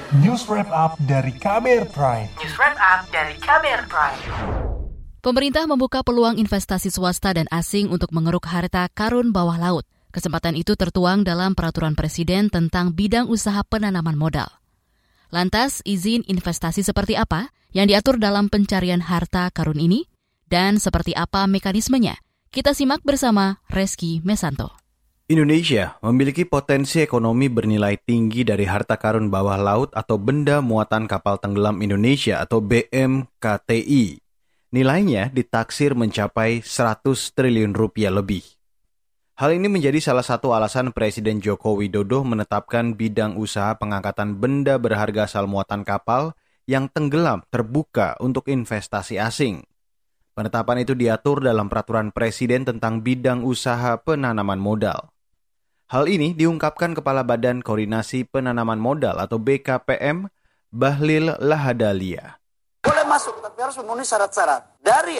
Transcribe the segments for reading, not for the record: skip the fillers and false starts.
News Wrap Up dari KBR Prime. Pemerintah membuka peluang investasi swasta dan asing untuk mengeruk harta karun bawah laut. Kesempatan itu tertuang dalam Peraturan Presiden tentang bidang usaha penanaman modal. Lantas, izin investasi seperti apa yang diatur dalam pencarian harta karun ini? Dan seperti apa mekanismenya? Kita simak bersama Reski Mesanto. Indonesia memiliki potensi ekonomi bernilai tinggi dari harta karun bawah laut atau benda muatan kapal tenggelam Indonesia atau BMKTI. Nilainya ditaksir mencapai 100 triliun rupiah lebih. Hal ini menjadi salah satu alasan Presiden Joko Widodo menetapkan bidang usaha pengangkatan benda berharga asal muatan kapal yang tenggelam terbuka untuk investasi asing. Penetapan itu diatur dalam Peraturan Presiden tentang bidang usaha penanaman modal. Hal ini diungkapkan Kepala Badan Koordinasi Penanaman Modal atau BKPM, Bahlil Lahadalia. Boleh masuk, tapi harus memenuhi syarat-syarat. Dari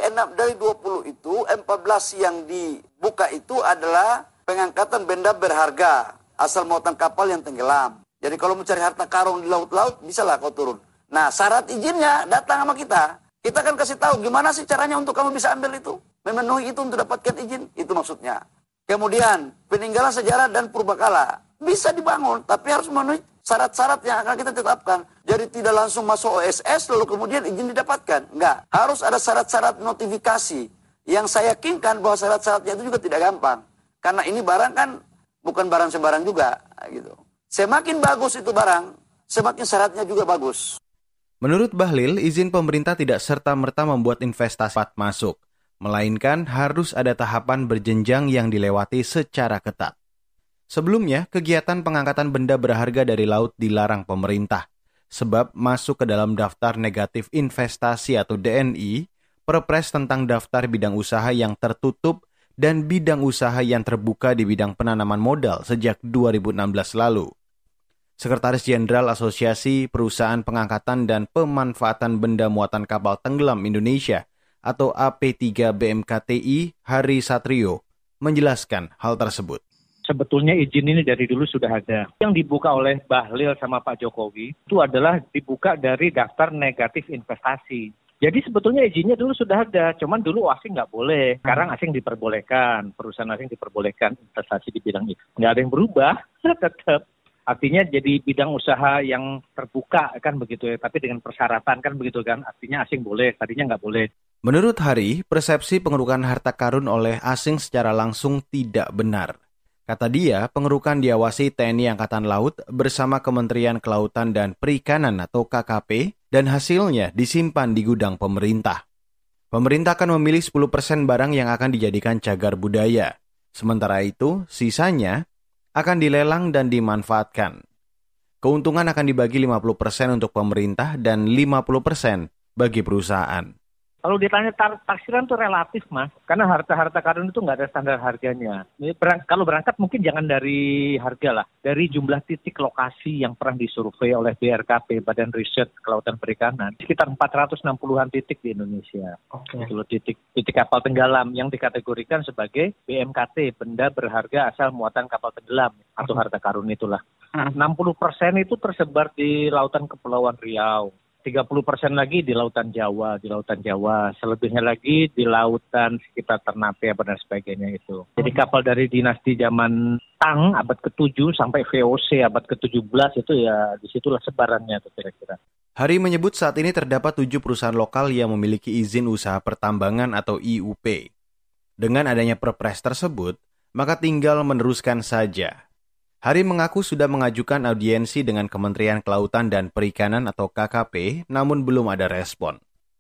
20 itu, 14 yang dibuka itu adalah pengangkatan benda berharga asal muatan kapal yang tenggelam. Jadi kalau mencari harta karun di laut-laut, bisalah kau turun. Nah, syarat izinnya datang sama kita. Kita akan kasih tahu gimana sih caranya untuk kamu bisa ambil itu. Memenuhi itu untuk dapatkan izin, itu maksudnya. Kemudian, peninggalan sejarah dan purbakala. Bisa dibangun, tapi harus memenuhi syarat-syarat yang akan kita tetapkan. Jadi tidak langsung masuk OSS, lalu kemudian izin didapatkan. Enggak, harus ada syarat-syarat notifikasi. Yang saya yakinkan bahwa syarat-syaratnya itu juga tidak gampang. Karena ini barang kan bukan barang sembarang juga. Gitu. Semakin bagus itu barang, semakin syaratnya juga bagus. Menurut Bahlil, izin pemerintah tidak serta-merta membuat investasi masuk, melainkan harus ada tahapan berjenjang yang dilewati secara ketat. Sebelumnya, kegiatan pengangkatan benda berharga dari laut dilarang pemerintah, sebab masuk ke dalam daftar negatif investasi atau DNI, Perpres tentang daftar bidang usaha yang tertutup dan bidang usaha yang terbuka di bidang penanaman modal sejak 2016 lalu. Sekretaris Jenderal Asosiasi Perusahaan Pengangkatan dan Pemanfaatan Benda Muatan Kapal Tenggelam Indonesia atau AP3 BMKTI, Hari Satrio, menjelaskan hal tersebut. Sebetulnya izin ini dari dulu sudah ada. Yang dibuka oleh Bahlil sama Pak Jokowi itu adalah dibuka dari daftar negatif investasi. Jadi sebetulnya izinnya dulu sudah ada, cuman dulu asing nggak boleh. Sekarang asing diperbolehkan, perusahaan asing diperbolehkan investasi di bidang itu. Nggak ada yang berubah, tetap. Artinya jadi bidang usaha yang terbuka kan begitu ya, tapi dengan persyaratan kan begitu kan. Artinya asing boleh, tadinya nggak boleh. Menurut Hari, persepsi pengerukan harta karun oleh asing secara langsung tidak benar. Kata dia, pengerukan diawasi TNI Angkatan Laut bersama Kementerian Kelautan dan Perikanan atau KKP dan hasilnya disimpan di gudang pemerintah. Pemerintah akan memilih 10% barang yang akan dijadikan cagar budaya. Sementara itu, sisanya akan dilelang dan dimanfaatkan. Keuntungan akan dibagi 50% untuk pemerintah dan 50% bagi perusahaan. Kalau ditanya taksiran itu relatif, Mas. Karena harta-harta karun itu nggak ada standar harganya. Kalau berangkat mungkin jangan dari harga lah. Dari jumlah titik lokasi yang pernah disurvei oleh BRKP, Badan Riset Kelautan Perikanan. Sekitar 460-an titik di Indonesia. Okay. Titik kapal tenggelam yang dikategorikan sebagai BMKT, benda berharga asal muatan kapal tenggelam. Atau harta karun itulah. 60% itu tersebar di lautan Kepulauan Riau. 30% lagi di Lautan Jawa, selebihnya lagi di lautan sekitar Ternate dan sebagainya itu. Jadi kapal dari dinasti zaman Tang abad ke-7 sampai VOC abad ke-17 itu ya disitulah sebarannya tuh kira-kira. Hari menyebut saat ini terdapat 7 perusahaan lokal yang memiliki izin usaha pertambangan atau IUP. Dengan adanya Perpres tersebut, maka tinggal meneruskan saja. Hari mengaku sudah mengajukan audiensi dengan Kementerian Kelautan dan Perikanan atau KKP, namun belum ada respon.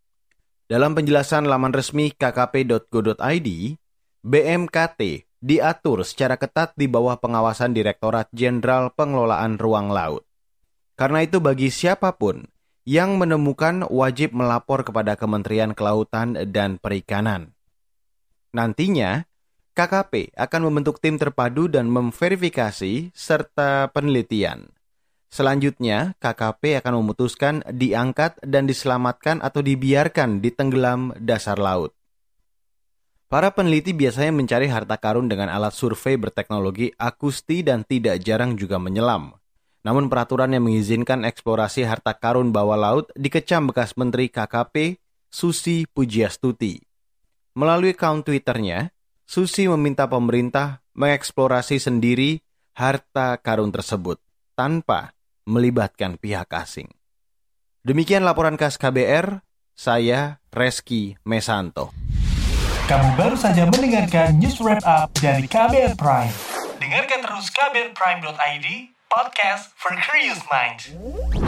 Dalam penjelasan laman resmi kkp.go.id, BMKT diatur secara ketat di bawah pengawasan Direktorat Jenderal Pengelolaan Ruang Laut. Karena itu bagi siapapun yang menemukan wajib melapor kepada Kementerian Kelautan dan Perikanan. Nantinya, KKP akan membentuk tim terpadu dan memverifikasi serta penelitian. Selanjutnya, KKP akan memutuskan diangkat dan diselamatkan atau dibiarkan di tenggelam dasar laut. Para peneliti biasanya mencari harta karun dengan alat survei berteknologi akusti dan tidak jarang juga menyelam. Namun peraturan yang mengizinkan eksplorasi harta karun bawah laut dikecam bekas Menteri KKP Susi Pujiastuti. Melalui akun Twitternya, Susi meminta pemerintah mengeksplorasi sendiri harta karun tersebut tanpa melibatkan pihak asing. Demikian laporan khas KBR, saya Reski Mesanto. Kamu baru saja mendengarkan news wrap up dari KBR Prime. Dengarkan terus kbrprime.id, podcast for curious minds.